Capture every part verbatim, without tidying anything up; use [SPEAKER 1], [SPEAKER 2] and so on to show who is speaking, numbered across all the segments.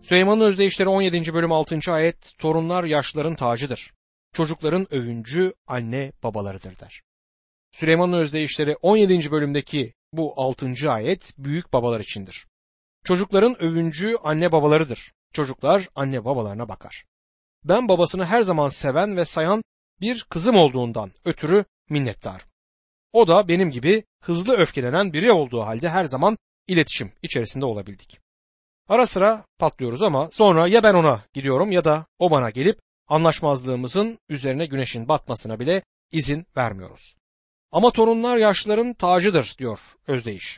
[SPEAKER 1] Süleyman'ın Özdeyişleri on yedinci bölüm altıncı ayet, torunlar yaşlıların tacıdır. Çocukların övüncü anne babalarıdır der. Süleyman'ın Özdeyişleri on yedinci bölümdeki bu altıncı ayet büyük babalar içindir. Çocukların övüncü anne babalarıdır. Çocuklar anne babalarına bakar. Ben babasını her zaman seven ve sayan bir kızım olduğundan ötürü minnettarım. O da benim gibi hızlı öfkelenen biri olduğu halde her zaman iletişim içerisinde olabildik. Ara sıra patlıyoruz ama sonra ya ben ona gidiyorum ya da o bana gelip anlaşmazlığımızın üzerine güneşin batmasına bile izin vermiyoruz. Ama torunlar yaşlıların tacıdır diyor Özdeyiş.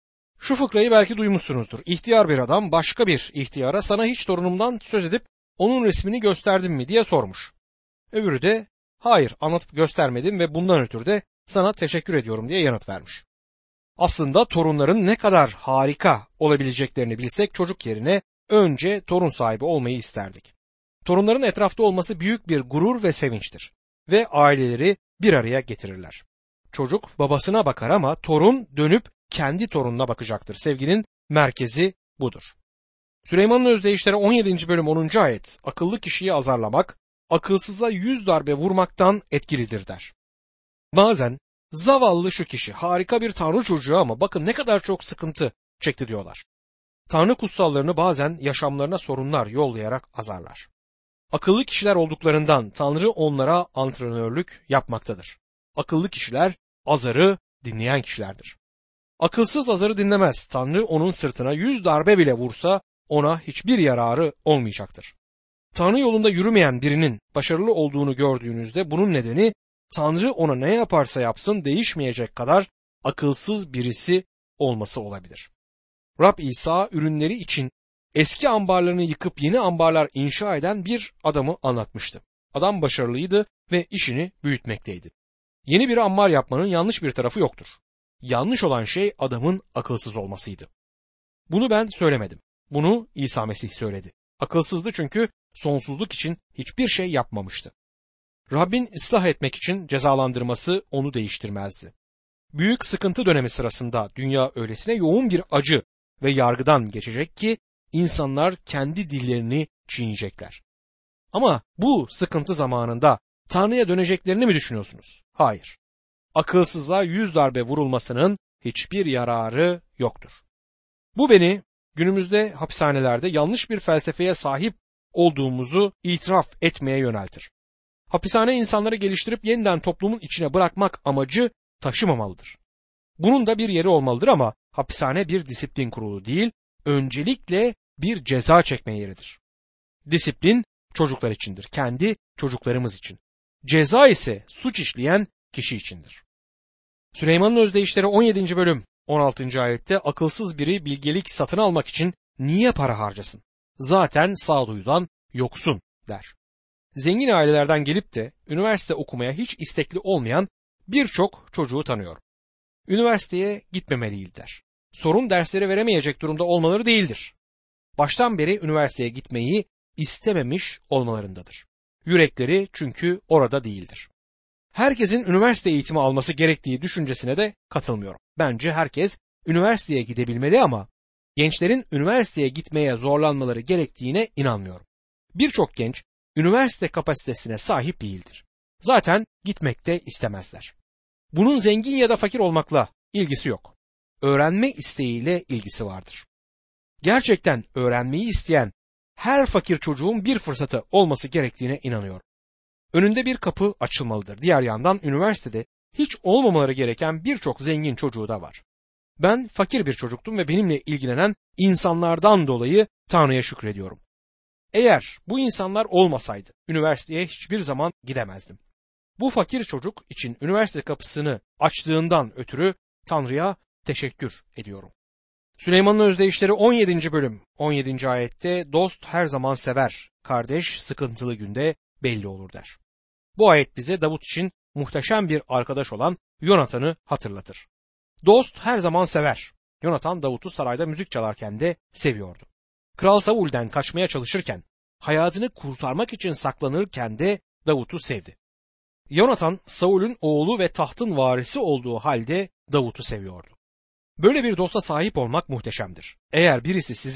[SPEAKER 1] Şu fıkrayı belki duymuşsunuzdur. İhtiyar bir adam başka bir ihtiyara sana hiç torunumdan söz edip onun resmini gösterdim mi diye sormuş. Öbürü de hayır anlatıp göstermedim ve bundan ötürü de sana teşekkür ediyorum diye yanıt vermiş. Aslında torunların ne kadar harika olabileceklerini bilsek çocuk yerine önce torun sahibi olmayı isterdik. Torunların etrafta olması büyük bir gurur ve sevinçtir ve aileleri bir araya getirirler. Çocuk babasına bakar ama torun dönüp kendi torununa bakacaktır. Sevginin merkezi budur. Süleyman'ın Özdeyişleri on yedinci bölüm onuncu ayet, akıllı kişiyi azarlamak, akılsıza yüz darbe vurmaktan etkilidir der. Bazen zavallı şu kişi harika bir tanrı çocuğu ama bakın ne kadar çok sıkıntı çekti diyorlar. Tanrı kutsallarını bazen yaşamlarına sorunlar yollayarak azarlar. Akıllı kişiler olduklarından Tanrı onlara antrenörlük yapmaktadır. Akıllı kişiler azarı dinleyen kişilerdir. Akılsız azarı dinlemez. Tanrı onun sırtına yüz darbe bile vursa ona hiçbir yararı olmayacaktır. Tanrı yolunda yürümeyen birinin başarılı olduğunu gördüğünüzde bunun nedeni Tanrı ona ne yaparsa yapsın değişmeyecek kadar akılsız birisi olması olabilir. Rab İsa ürünleri için eski ambarlarını yıkıp yeni ambarlar inşa eden bir adamı anlatmıştı. Adam başarılıydı ve işini büyütmekteydi. Yeni bir ambar yapmanın yanlış bir tarafı yoktur. Yanlış olan şey adamın akılsız olmasıydı. Bunu ben söylemedim. Bunu İsa Mesih söyledi. Akılsızdı çünkü sonsuzluk için hiçbir şey yapmamıştı. Rabbin ıslah etmek için cezalandırması onu değiştirmezdi. Büyük sıkıntı dönemi sırasında dünya öylesine yoğun bir acı ve yargıdan geçecek ki insanlar kendi dillerini çiğneyecekler. Ama bu sıkıntı zamanında Tanrı'ya döneceklerini mi düşünüyorsunuz? Hayır. Akılsıza yüz darbe vurulmasının hiçbir yararı yoktur. Bu beni günümüzde hapishanelerde yanlış bir felsefeye sahip olduğumuzu itiraf etmeye yöneltir. Hapishane insanları geliştirip yeniden toplumun içine bırakmak amacı taşımamalıdır. Bunun da bir yeri olmalıdır ama hapishane bir disiplin kurulu değil, öncelikle bir ceza çekme yeridir. Disiplin çocuklar içindir, kendi çocuklarımız için. Ceza ise suç işleyen kişi içindir. Süleyman'ın Özdeyişleri on yedinci bölüm on altıncı ayette akılsız biri bilgelik satın almak için niye para harcasın? Zaten sağduyudan yoksun der. Zengin ailelerden gelip de üniversite okumaya hiç istekli olmayan birçok çocuğu tanıyorum. Üniversiteye gitmemeliydiler. Sorun dersleri veremeyecek durumda olmaları değildir. Baştan beri üniversiteye gitmeyi istememiş olmalarındadır. Yürekleri çünkü orada değildir. Herkesin üniversite eğitimi alması gerektiği düşüncesine de katılmıyorum. Bence herkes üniversiteye gidebilmeli ama gençlerin üniversiteye gitmeye zorlanmaları gerektiğine inanmıyorum. Birçok genç üniversite kapasitesine sahip değildir. Zaten gitmek de istemezler. Bunun zengin ya da fakir olmakla ilgisi yok. Öğrenme isteğiyle ilgisi vardır. Gerçekten öğrenmeyi isteyen her fakir çocuğun bir fırsatı olması gerektiğine inanıyorum. Önünde bir kapı açılmalıdır. Diğer yandan üniversitede hiç olmamaları gereken birçok zengin çocuğu da var. Ben fakir bir çocuktum ve benimle ilgilenen insanlardan dolayı Tanrı'ya şükrediyorum. Eğer bu insanlar olmasaydı üniversiteye hiçbir zaman gidemezdim. Bu fakir çocuk için üniversite kapısını açtığından ötürü Tanrı'ya teşekkür ediyorum. Süleyman'ın Özdeyişleri on yedinci bölüm on yedinci ayette dost her zaman sever, kardeş sıkıntılı günde belli olur der. Bu ayet bize Davut için muhteşem bir arkadaş olan Yonatan'ı hatırlatır. Dost her zaman sever. Yonatan Davut'u sarayda müzik çalarken de seviyordu. Kral Saul'den kaçmaya çalışırken, hayatını kurtarmak için saklanırken de Davut'u sevdi. Yonatan Saul'ün oğlu ve tahtın varisi olduğu halde Davut'u seviyordu. Böyle bir dosta sahip olmak muhteşemdir. Eğer birisi sizi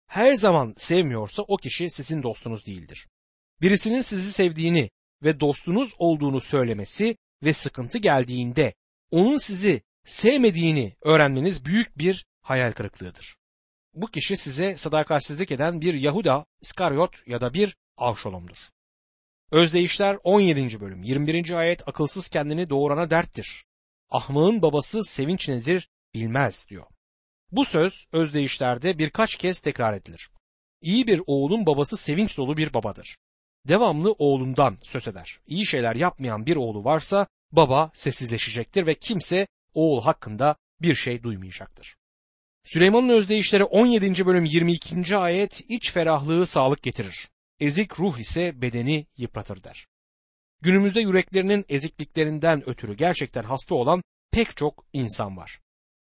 [SPEAKER 1] her zaman sevmiyorsa o kişi sizin dostunuz değildir. Birisinin sizi sevdiğini ve dostunuz olduğunu söylemesi ve sıkıntı geldiğinde onun sizi sevmediğini öğrenmeniz büyük bir hayal kırıklığıdır. Bu kişi size sadakatsizlik eden bir Yahuda, İskaryot ya da bir Avşolom'dur. Özdeyişler on yedinci bölüm yirmi birinci ayet akılsız kendini doğurana derttir. Ahmağın babası sevinç nedir bilmez diyor. Bu söz özdeyişlerde birkaç kez tekrar edilir. İyi bir oğlun babası sevinç dolu bir babadır. Devamlı oğlundan söz eder. İyi şeyler yapmayan bir oğlu varsa baba sessizleşecektir ve kimse oğul hakkında bir şey duymayacaktır. Süleyman'ın özdeyişleri on yedinci bölüm yirmi ikinci ayet iç ferahlığı sağlık getirir. Ezik ruh ise bedeni yıpratır der. Günümüzde yüreklerinin ezikliklerinden ötürü gerçekten hasta olan pek çok insan var.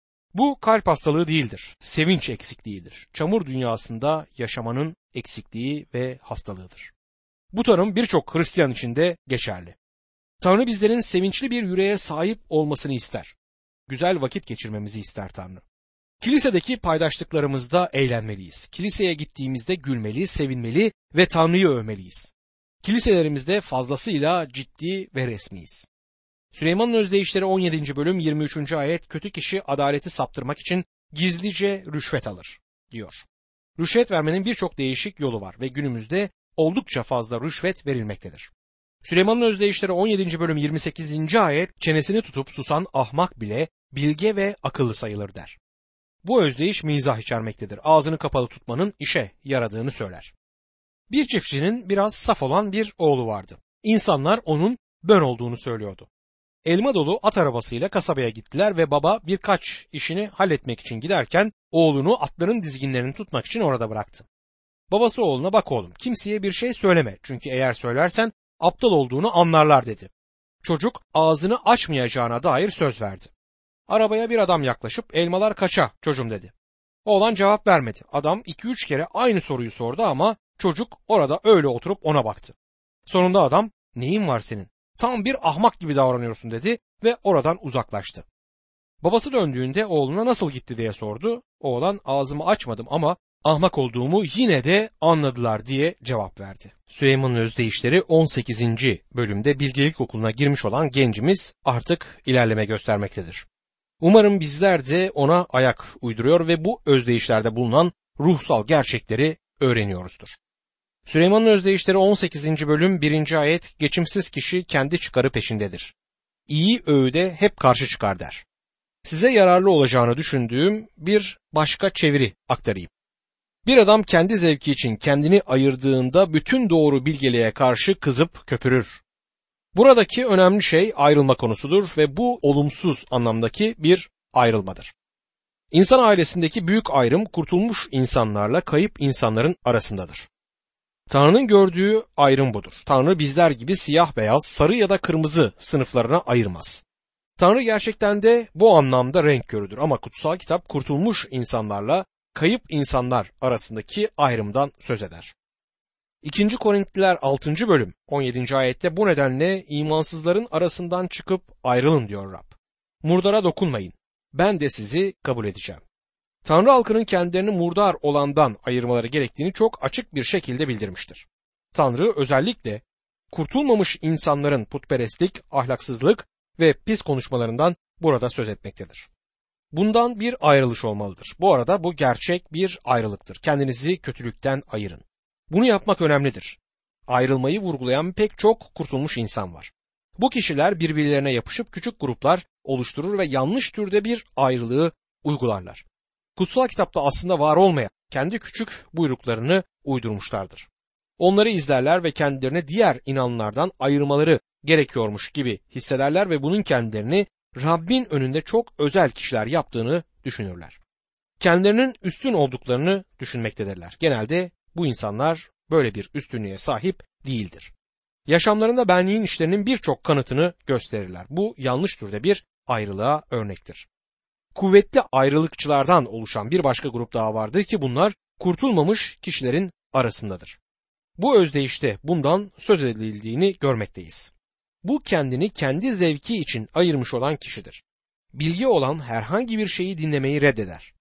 [SPEAKER 1] Bu kalp hastalığı değildir, sevinç eksikliğidir. Çamur dünyasında yaşamanın eksikliği ve hastalığıdır. Bu tanım birçok Hristiyan için de geçerli. Tanrı bizlerin sevinçli bir yüreğe sahip olmasını ister. Güzel vakit geçirmemizi ister Tanrı. Kilisedeki paydaşlıklarımızda eğlenmeliyiz. Kiliseye gittiğimizde gülmeli, sevinmeli ve Tanrı'yı övmeliyiz. Kiliselerimizde fazlasıyla ciddi ve resmiyiz. Süleyman'ın özdeyişleri on yedinci bölüm yirmi üçüncü ayet kötü kişi adaleti saptırmak için gizlice rüşvet alır diyor. Rüşvet vermenin birçok değişik yolu var ve günümüzde oldukça fazla rüşvet verilmektedir. Süleyman'ın özdeyişleri on yedinci bölüm yirmi sekizinci ayet çenesini tutup susan ahmak bile bilge ve akıllı sayılır der. Bu özdeyiş mizah içermektedir. Ağzını kapalı tutmanın işe yaradığını söyler. Bir çiftçinin biraz saf olan bir oğlu vardı. İnsanlar onun bön olduğunu söylüyordu. Elma dolu at arabasıyla kasabaya gittiler ve baba birkaç işini halletmek için giderken oğlunu atların dizginlerini tutmak için orada bıraktı. Babası oğluna bak oğlum kimseye bir şey söyleme çünkü eğer söylersen aptal olduğunu anlarlar dedi. Çocuk ağzını açmayacağına dair söz verdi. Arabaya bir adam yaklaşıp elmalar kaça çocuğum dedi. Oğlan cevap vermedi. Adam iki üç kere aynı soruyu sordu ama çocuk orada öyle oturup ona baktı. Sonunda adam neyin var senin? Tam bir ahmak gibi davranıyorsun dedi ve oradan uzaklaştı. Babası döndüğünde oğluna nasıl gitti diye sordu. Oğlan ağzımı açmadım ama ahmak olduğumu yine de anladılar diye cevap verdi. Süleyman'ın özdeyişleri on sekizinci bölümde bilgelik okuluna girmiş olan gencimiz artık ilerleme göstermektedir. Umarım bizler de ona ayak uyduruyor ve bu özdeyişlerde bulunan ruhsal gerçekleri öğreniyoruzdur. Süleyman'ın özdeyişleri on sekizinci bölüm birinci ayet geçimsiz kişi kendi çıkarı peşindedir. İyi öğüde hep karşı çıkar der. Size yararlı olacağını düşündüğüm bir başka çeviri aktarayım. Bir adam kendi zevki için kendini ayırdığında bütün doğru bilgeliğe karşı kızıp köpürür. Buradaki önemli şey ayrılma konusudur ve bu olumsuz anlamdaki bir ayrılmadır. İnsan ailesindeki büyük ayrım kurtulmuş insanlarla kayıp insanların arasındadır. Tanrı'nın gördüğü ayrım budur. Tanrı bizler gibi siyah beyaz, sarı ya da kırmızı sınıflarına ayırmaz. Tanrı gerçekten de bu anlamda renk görüdür ama kutsal kitap kurtulmuş insanlarla kayıp insanlar arasındaki ayrımdan söz eder. İkinci Korintliler altıncı bölüm on yedinci ayette bu nedenle imansızların arasından çıkıp ayrılın diyor Rab. Murdara dokunmayın. Ben de sizi kabul edeceğim. Tanrı halkının kendilerini murdar olandan ayırmaları gerektiğini çok açık bir şekilde bildirmiştir. Tanrı özellikle kurtulmamış insanların putperestlik, ahlaksızlık ve pis konuşmalarından burada söz etmektedir. Bundan bir ayrılış olmalıdır. Bu arada bu gerçek bir ayrılıktır. Kendinizi kötülükten ayırın. Bunu yapmak önemlidir. Ayrılmayı vurgulayan pek çok kurtulmuş insan var. Bu kişiler birbirlerine yapışıp küçük gruplar oluşturur ve yanlış türde bir ayrılığı uygularlar. Kutsal kitapta aslında var olmayan kendi küçük buyruklarını uydurmuşlardır. Onları izlerler ve kendilerini diğer inananlardan ayırmaları gerekiyormuş gibi hissederler ve bunun kendilerini Rabbin önünde çok özel kişiler yaptığını düşünürler. Kendilerinin üstün olduklarını düşünmektedirler. Genelde bu insanlar böyle bir üstünlüğe sahip değildir. Yaşamlarında benliğin işlerinin birçok kanıtını gösterirler. Bu yanlış türde bir ayrılığa örnektir. Kuvvetli ayrılıkçılardan oluşan bir başka grup daha vardır ki bunlar kurtulmamış kişilerin arasındadır. Bu özdeyişte bundan söz edildiğini görmekteyiz. Bu kendini kendi zevki için ayırmış olan kişidir. Bilgi olan herhangi bir şeyi dinlemeyi reddeder.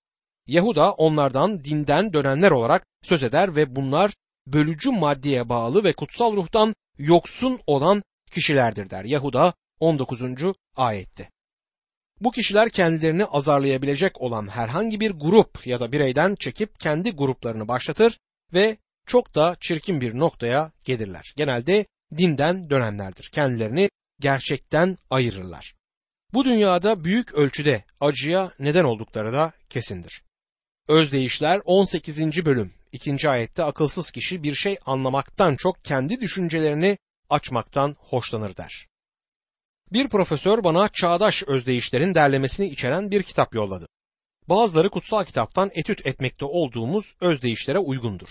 [SPEAKER 1] Yahuda onlardan dinden dönenler olarak söz eder ve bunlar bölücü maddeye bağlı ve kutsal ruhtan yoksun olan kişilerdir der Yahuda on dokuzuncu ayette. Bu kişiler kendilerini azarlayabilecek olan herhangi bir grup ya da bireyden çekip kendi gruplarını başlatır ve çok da çirkin bir noktaya gelirler. Genelde dinden dönenlerdir. Kendilerini gerçekten ayırırlar. Bu dünyada büyük ölçüde acıya neden oldukları da kesindir. Özdeyişler on sekizinci bölüm ikinci ayette akılsız kişi bir şey anlamaktan çok kendi düşüncelerini açmaktan hoşlanır der. Bir profesör bana çağdaş özdeyişlerin derlemesini içeren bir kitap yolladı. Bazıları kutsal kitaptan etüt etmekte olduğumuz özdeyişlere uygundur.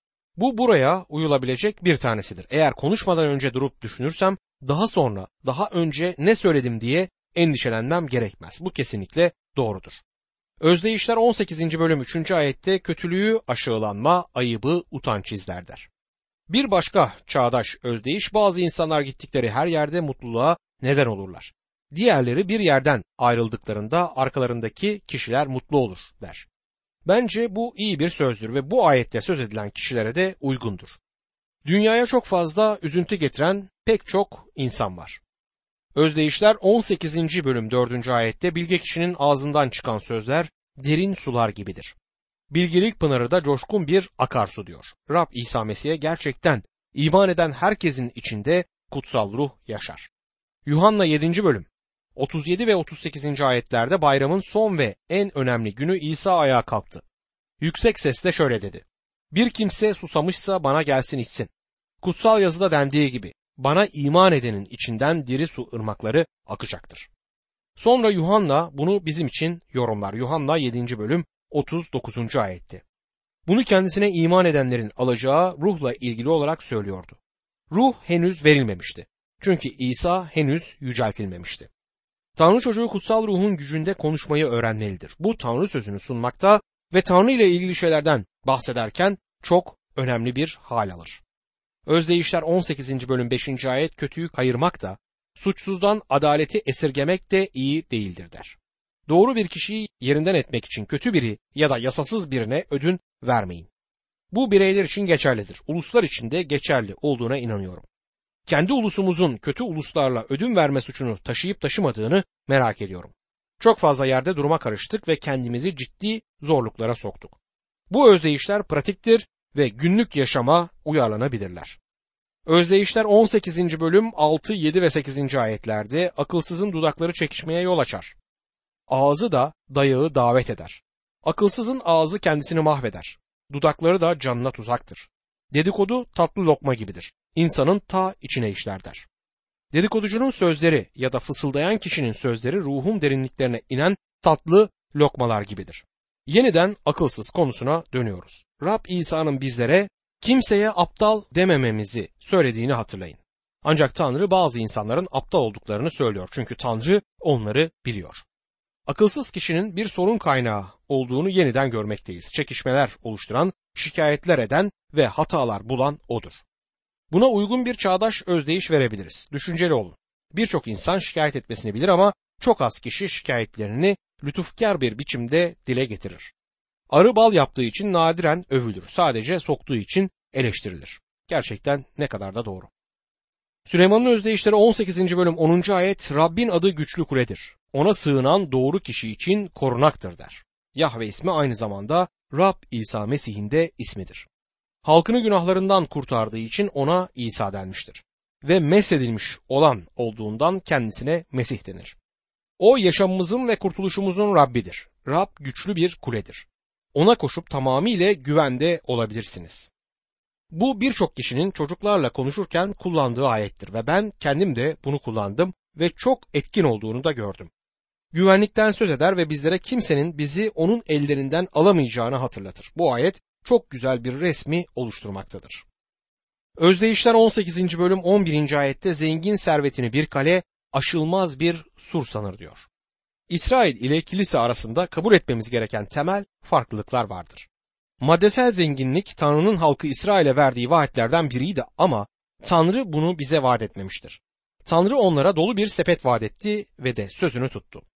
[SPEAKER 1] Bu buraya uyulabilecek bir tanesidir. Eğer konuşmadan önce durup düşünürsem daha sonra, daha önce ne söyledim diye endişelenmem gerekmez. Bu kesinlikle doğrudur. Özdeyişler on sekizinci bölüm üçüncü ayette kötülüğü, aşağılanma, ayıbı, utanç izler der. Bir başka çağdaş özdeyiş bazı insanlar gittikleri her yerde mutluluğa neden olurlar. Diğerleri bir yerden ayrıldıklarında arkalarındaki kişiler mutlu olur der. Bence bu iyi bir sözdür ve bu ayette söz edilen kişilere de uygundur. Dünyaya çok fazla üzüntü getiren pek çok insan var. Özdeyişler on sekizinci bölüm dördüncü ayette bilge kişinin ağzından çıkan sözler derin sular gibidir. Bilgelik pınarı da coşkun bir akarsu diyor. Rab İsa Mesih'e gerçekten iman eden herkesin içinde kutsal ruh yaşar. Yuhanna yedinci bölüm otuz yedi ve otuz sekizinci ayetlerde bayramın son ve en önemli günü İsa ayağa kalktı. Yüksek sesle şöyle dedi. Bir kimse susamışsa bana gelsin içsin. Kutsal yazıda dendiği gibi bana iman edenin içinden diri su ırmakları akacaktır. Sonra Yuhanna bunu bizim için yorumlar. Yuhanna yedinci bölüm otuz dokuzuncu ayette. Bunu kendisine iman edenlerin alacağı ruhla ilgili olarak söylüyordu. Ruh henüz verilmemişti. Çünkü İsa henüz yüceltilmemişti. Tanrı çocuğu kutsal ruhun gücünde konuşmayı öğrenmelidir. Bu Tanrı sözünü sunmakta ve Tanrı ile ilgili şeylerden bahsederken çok önemli bir hal alır. Özdeyişler on sekizinci bölüm beşinci ayet kötüyü kayırmak da, suçsuzdan adaleti esirgemek de iyi değildir der. Doğru bir kişiyi yerinden etmek için kötü biri ya da yasasız birine ödün vermeyin. Bu bireyler için geçerlidir. Uluslar için de geçerli olduğuna inanıyorum. Kendi ulusumuzun kötü uluslarla ödün verme suçunu taşıyıp taşımadığını merak ediyorum. Çok fazla yerde duruma karıştık ve kendimizi ciddi zorluklara soktuk. Bu özdeyişler pratiktir ve günlük yaşama uyarlanabilirler. Özdeyişler on sekizinci bölüm altı, yedi ve sekizinci ayetlerde akılsızın dudakları çekişmeye yol açar. Ağzı da dayağı davet eder. Akılsızın ağzı kendisini mahveder. Dudakları da canına tuzaktır. Dedikodu tatlı lokma gibidir. İnsanın ta içine işler der. Dedikoducunun sözleri ya da fısıldayan kişinin sözleri ruhun derinliklerine inen tatlı lokmalar gibidir. Yeniden akılsız konusuna dönüyoruz. Rab İsa'nın bizlere kimseye aptal demememizi söylediğini hatırlayın. Ancak Tanrı bazı insanların aptal olduklarını söylüyor. Çünkü Tanrı onları biliyor. Akılsız kişinin bir sorun kaynağı olduğunu yeniden görmekteyiz. Çekişmeler oluşturan, şikayetler eden ve hatalar bulan odur. Buna uygun bir çağdaş özdeyiş verebiliriz. Düşünceli olun. Birçok insan şikayet etmesini bilir ama çok az kişi şikayetlerini lütufkar bir biçimde dile getirir. Arı bal yaptığı için nadiren övülür. Sadece soktuğu için eleştirilir. Gerçekten ne kadar da doğru. Süleyman'ın özdeyişleri on sekizinci bölüm onuncu ayet Rabbin adı güçlü kuledir. Ona sığınan doğru kişi için korunaktır der. Yahve ismi aynı zamanda Rab İsa Mesih'in de ismidir. Halkını günahlarından kurtardığı için ona İsa denmiştir. Ve mesedilmiş olan olduğundan kendisine Mesih denir. O yaşamımızın ve kurtuluşumuzun Rabbidir. Rab güçlü bir kuledir. Ona koşup tamamıyla güvende olabilirsiniz. Bu birçok kişinin çocuklarla konuşurken kullandığı ayettir ve ben kendim de bunu kullandım ve çok etkin olduğunu da gördüm. Güvenlikten söz eder ve bizlere kimsenin bizi onun ellerinden alamayacağını hatırlatır. Bu ayet çok güzel bir resmi oluşturmaktadır. Özdeyişler on sekizinci bölüm on birinci ayette zengin servetini bir kale, aşılmaz bir sur sanır diyor. İsrail ile kilise arasında kabul etmemiz gereken temel farklılıklar vardır. Maddesel zenginlik Tanrı'nın halkı İsrail'e verdiği vaatlerden biriydi ama Tanrı bunu bize vaat etmemiştir. Tanrı onlara dolu bir sepet vaat etti ve de sözünü tuttu.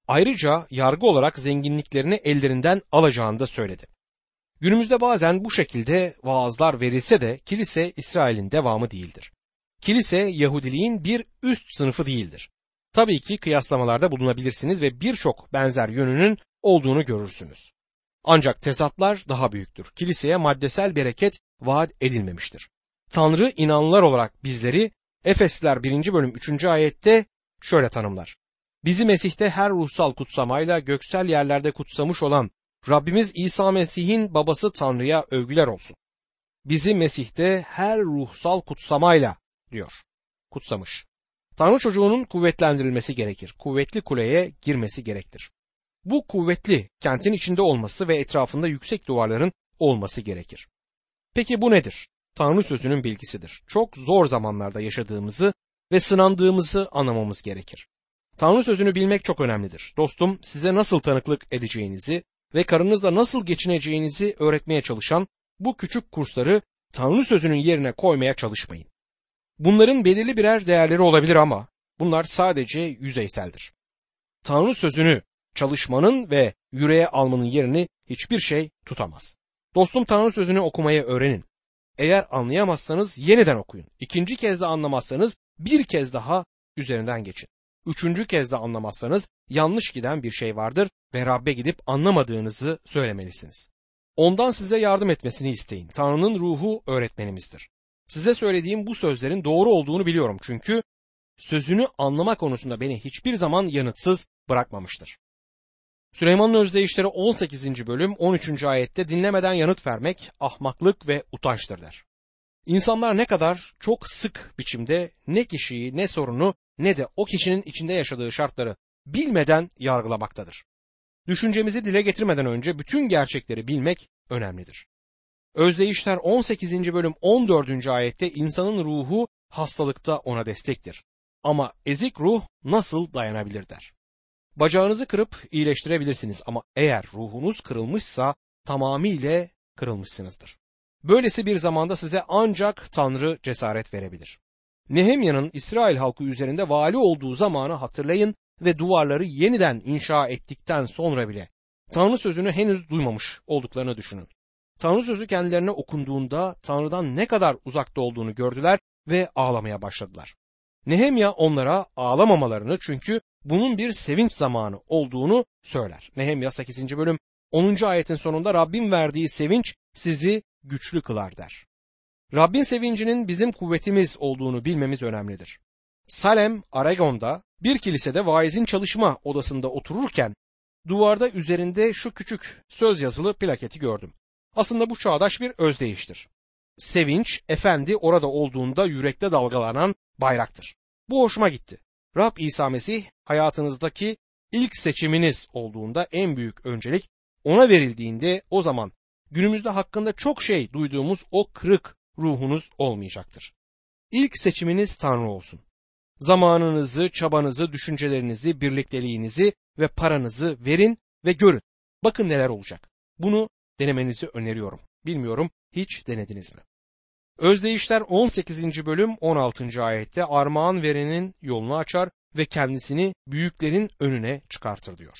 [SPEAKER 1] Ayrıca yargı olarak zenginliklerini ellerinden alacağını da söyledi. Günümüzde bazen bu şekilde vaazlar verilse de kilise İsrail'in devamı değildir. Kilise Yahudiliğin bir üst sınıfı değildir. Tabii ki kıyaslamalarda bulunabilirsiniz ve birçok benzer yönünün olduğunu görürsünüz. Ancak tezatlar daha büyüktür. Kiliseye maddesel bereket vaat edilmemiştir. Tanrı inanlılar olarak bizleri Efesliler birinci bölüm üçüncü ayette şöyle tanımlar. Bizi Mesih'te her ruhsal kutsamayla göksel yerlerde kutsamış olan Rabbimiz İsa Mesih'in babası Tanrı'ya övgüler olsun. Bizi Mesih'te her ruhsal kutsamayla diyor. Kutsamış. Tanrı çocuğunun kuvvetlendirilmesi gerekir. Kuvvetli kuleye girmesi gerektir. Bu kuvvetli kentin içinde olması ve etrafında yüksek duvarların olması gerekir. Peki bu nedir? Tanrı sözünün bilgisidir. Çok zor zamanlarda yaşadığımızı ve sınandığımızı anlamamız gerekir. Tanrı sözünü bilmek çok önemlidir. Dostum, size nasıl tanıklık edeceğinizi ve karınızla nasıl geçineceğinizi öğretmeye çalışan bu küçük kursları Tanrı sözünün yerine koymaya çalışmayın. Bunların belirli birer değerleri olabilir ama bunlar sadece yüzeyseldir. Tanrı sözünü çalışmanın ve yüreğe almanın yerini hiçbir şey tutamaz. Dostum, Tanrı sözünü okumayı öğrenin. Eğer anlayamazsanız yeniden okuyun. İkinci kez de anlamazsanız bir kez daha üzerinden geçin. Üçüncü kez de anlamazsanız yanlış giden bir şey vardır ve Rabbe gidip anlamadığınızı söylemelisiniz. Ondan size yardım etmesini isteyin. Tanrı'nın ruhu öğretmenimizdir. Size söylediğim bu sözlerin doğru olduğunu biliyorum çünkü sözünü anlama konusunda beni hiçbir zaman yanıtsız bırakmamıştır. Süleyman'ın özdeyişleri on sekizinci bölüm on üçüncü ayette dinlemeden yanıt vermek ahmaklık ve utançtır der. İnsanlar ne kadar çok sık biçimde ne kişiyi ne sorunu ne de o kişinin içinde yaşadığı şartları bilmeden yargılamaktadır. Düşüncemizi dile getirmeden önce bütün gerçekleri bilmek önemlidir. Özdeyişler on sekizinci bölüm on dördüncü ayette insanın ruhu hastalıkta ona destektir. Ama ezik ruh nasıl dayanabilir der. Bacağınızı kırıp iyileştirebilirsiniz ama eğer ruhunuz kırılmışsa tamamıyla kırılmışsınızdır. Böylesi bir zamanda size ancak Tanrı cesaret verebilir. Nehemya'nın İsrail halkı üzerinde vali olduğu zamanı hatırlayın ve duvarları yeniden inşa ettikten sonra bile Tanrı sözünü henüz duymamış olduklarını düşünün. Tanrı sözü kendilerine okunduğunda Tanrı'dan ne kadar uzakta olduğunu gördüler ve ağlamaya başladılar. Nehemya onlara ağlamamalarını çünkü bunun bir sevinç zamanı olduğunu söyler. Nehemya sekizinci bölüm onuncu ayetin sonunda Rabbin verdiği sevinç sizi güçlü kılar der. Rabbin sevincinin bizim kuvvetimiz olduğunu bilmemiz önemlidir. Salem, Oregon'da bir kilisede vaizin çalışma odasında otururken duvarda üzerinde şu küçük söz yazılı plaketi gördüm. Aslında bu çağdaş bir özdeyiştir. Sevinç, efendi orada olduğunda yürekte dalgalanan bayraktır. Bu hoşuma gitti. Rab İsa Mesih hayatınızdaki ilk seçiminiz olduğunda en büyük öncelik ona verildiğinde o zaman günümüzde hakkında çok şey duyduğumuz o kırık ruhunuz olmayacaktır. İlk seçiminiz Tanrı olsun. Zamanınızı, çabanızı, düşüncelerinizi, birlikteliğinizi ve paranızı verin ve görün. Bakın neler olacak. Bunu denemenizi öneriyorum. Bilmiyorum, hiç denediniz mi? Özdeyişler on sekizinci bölüm on altıncı ayette armağan verenin yolunu açar ve kendisini büyüklerin önüne çıkartır diyor.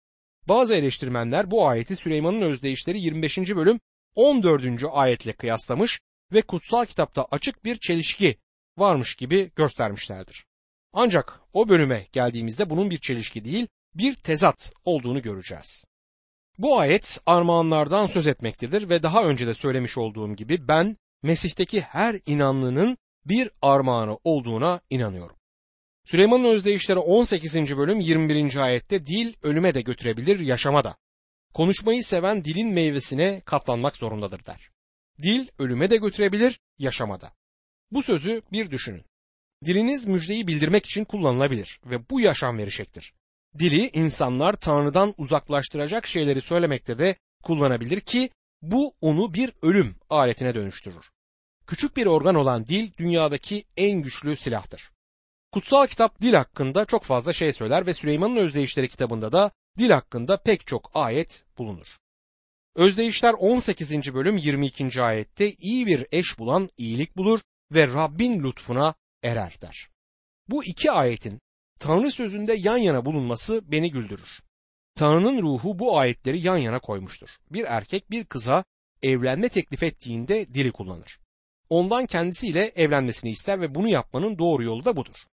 [SPEAKER 1] Bazı eleştirmenler bu ayeti Süleyman'ın özdeyişleri yirmi beşinci bölüm on dördüncü ayetle kıyaslamış ve kutsal kitapta açık bir çelişki varmış gibi göstermişlerdir. Ancak o bölüme geldiğimizde bunun bir çelişki değil, bir tezat olduğunu göreceğiz. Bu ayet armağanlardan söz etmektedir ve daha önce de söylemiş olduğum gibi ben Mesih'teki her inanlının bir armağanı olduğuna inanıyorum. Süleyman'ın özdeyişleri on sekizinci bölüm yirmi birinci ayette dil ölüme de götürebilir, yaşama da. Konuşmayı seven dilin meyvesine katlanmak zorundadır der. Dil ölüme de götürebilir, yaşama da. Bu sözü bir düşünün. Diliniz müjdeyi bildirmek için kullanılabilir ve bu yaşam verecektir. Dili insanlar Tanrı'dan uzaklaştıracak şeyleri söylemekte de kullanabilir ki bu onu bir ölüm aletine dönüştürür. Küçük bir organ olan dil dünyadaki en güçlü silahtır. Kutsal kitap dil hakkında çok fazla şey söyler ve Süleyman'ın Özdeyişleri kitabında da dil hakkında pek çok ayet bulunur. Özdeyişler on sekizinci bölüm yirmi ikinci ayette iyi bir eş bulan iyilik bulur ve Rabbin lütfuna erer der. Bu iki ayetin Tanrı sözünde yan yana bulunması beni güldürür. Tanrı'nın ruhu bu ayetleri yan yana koymuştur. Bir erkek bir kıza evlenme teklif ettiğinde dili kullanır. Ondan kendisiyle evlenmesini ister ve bunu yapmanın doğru yolu da budur.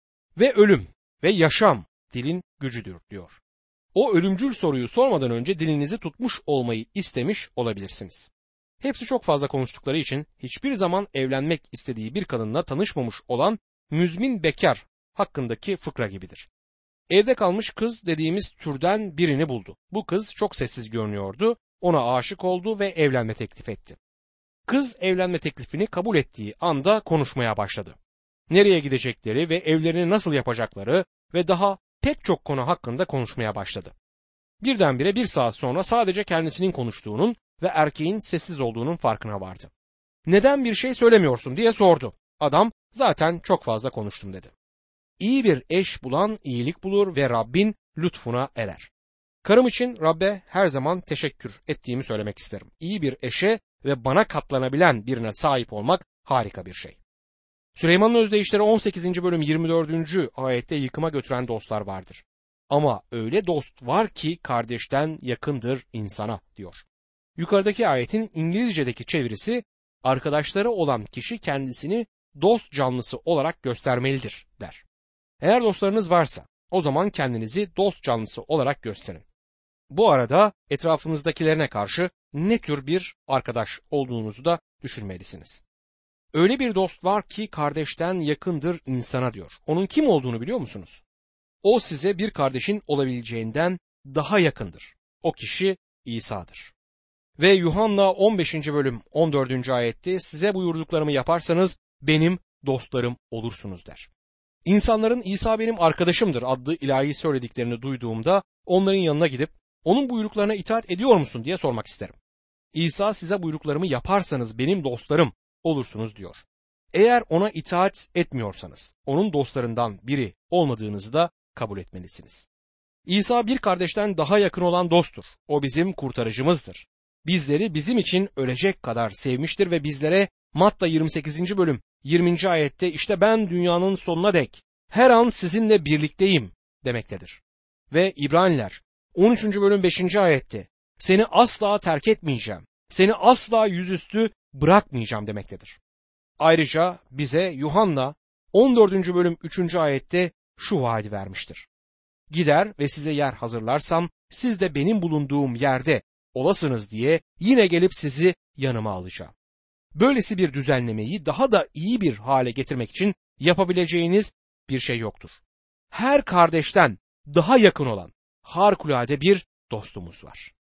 [SPEAKER 1] Ve ölüm ve yaşam dilin gücüdür diyor. O ölümcül soruyu sormadan önce dilinizi tutmuş olmayı istemiş olabilirsiniz. Hepsi çok fazla konuştukları için hiçbir zaman evlenmek istediği bir kadınla tanışmamış olan müzmin bekar hakkındaki fıkra gibidir. Evde kalmış kız dediğimiz türden birini buldu. Bu kız çok sessiz görünüyordu, ona aşık oldu ve evlenme teklif etti. Kız evlenme teklifini kabul ettiği anda konuşmaya başladı. Nereye gidecekleri ve evlerini nasıl yapacakları ve daha pek çok konu hakkında konuşmaya başladı. Birdenbire bir saat sonra sadece kendisinin konuştuğunun ve erkeğin sessiz olduğunun farkına vardı. Neden bir şey söylemiyorsun diye sordu. Adam zaten çok fazla konuştum dedi. İyi bir eş bulan iyilik bulur ve Rabbin lütfuna erer. Karım için Rabbe her zaman teşekkür ettiğimi söylemek isterim. İyi bir eşe ve bana katlanabilen birine sahip olmak harika bir şey. Süleyman'ın özdeyişleri on sekizinci bölüm yirmi dördüncü ayette yıkıma götüren dostlar vardır. Ama öyle dost var ki kardeşten yakındır insana diyor. Yukarıdaki ayetin İngilizce'deki çevirisi arkadaşları olan kişi kendisini dost canlısı olarak göstermelidir der. Eğer dostlarınız varsa o zaman kendinizi dost canlısı olarak gösterin. Bu arada etrafınızdakilerine karşı ne tür bir arkadaş olduğunuzu da düşünmelisiniz. Öyle bir dost var ki kardeşten yakındır insana diyor. Onun kim olduğunu biliyor musunuz? O size bir kardeşin olabileceğinden daha yakındır. O kişi İsa'dır. Ve Yuhanna on beşinci bölüm on dördüncü ayette size buyurduklarımı yaparsanız benim dostlarım olursunuz der. İnsanların İsa benim arkadaşımdır adlı ilahi söylediklerini duyduğumda onların yanına gidip onun buyruklarına itaat ediyor musun diye sormak isterim. İsa size buyruklarımı yaparsanız benim dostlarım olursunuz diyor. Eğer ona itaat etmiyorsanız onun dostlarından biri olmadığınızı da kabul etmelisiniz. İsa bir kardeşten daha yakın olan dosttur. O bizim kurtarıcımızdır. Bizleri bizim için ölecek kadar sevmiştir ve bizlere Matta yirmi sekizinci bölüm yirminci ayette işte ben dünyanın sonuna dek her an sizinle birlikteyim demektedir. Ve İbraniler on üçüncü bölüm beşinci ayette seni asla terk etmeyeceğim, seni asla yüzüstü bırakmayacağım demektedir. Ayrıca bize Yuhanna on dördüncü bölüm üçüncü ayette şu vaadi vermiştir. Gider ve size yer hazırlarsam siz de benim bulunduğum yerde olasınız diye yine gelip sizi yanıma alacağım. Böylesi bir düzenlemeyi daha da iyi bir hale getirmek için yapabileceğiniz bir şey yoktur. Her kardeşten daha yakın olan harikulade bir dostumuz var.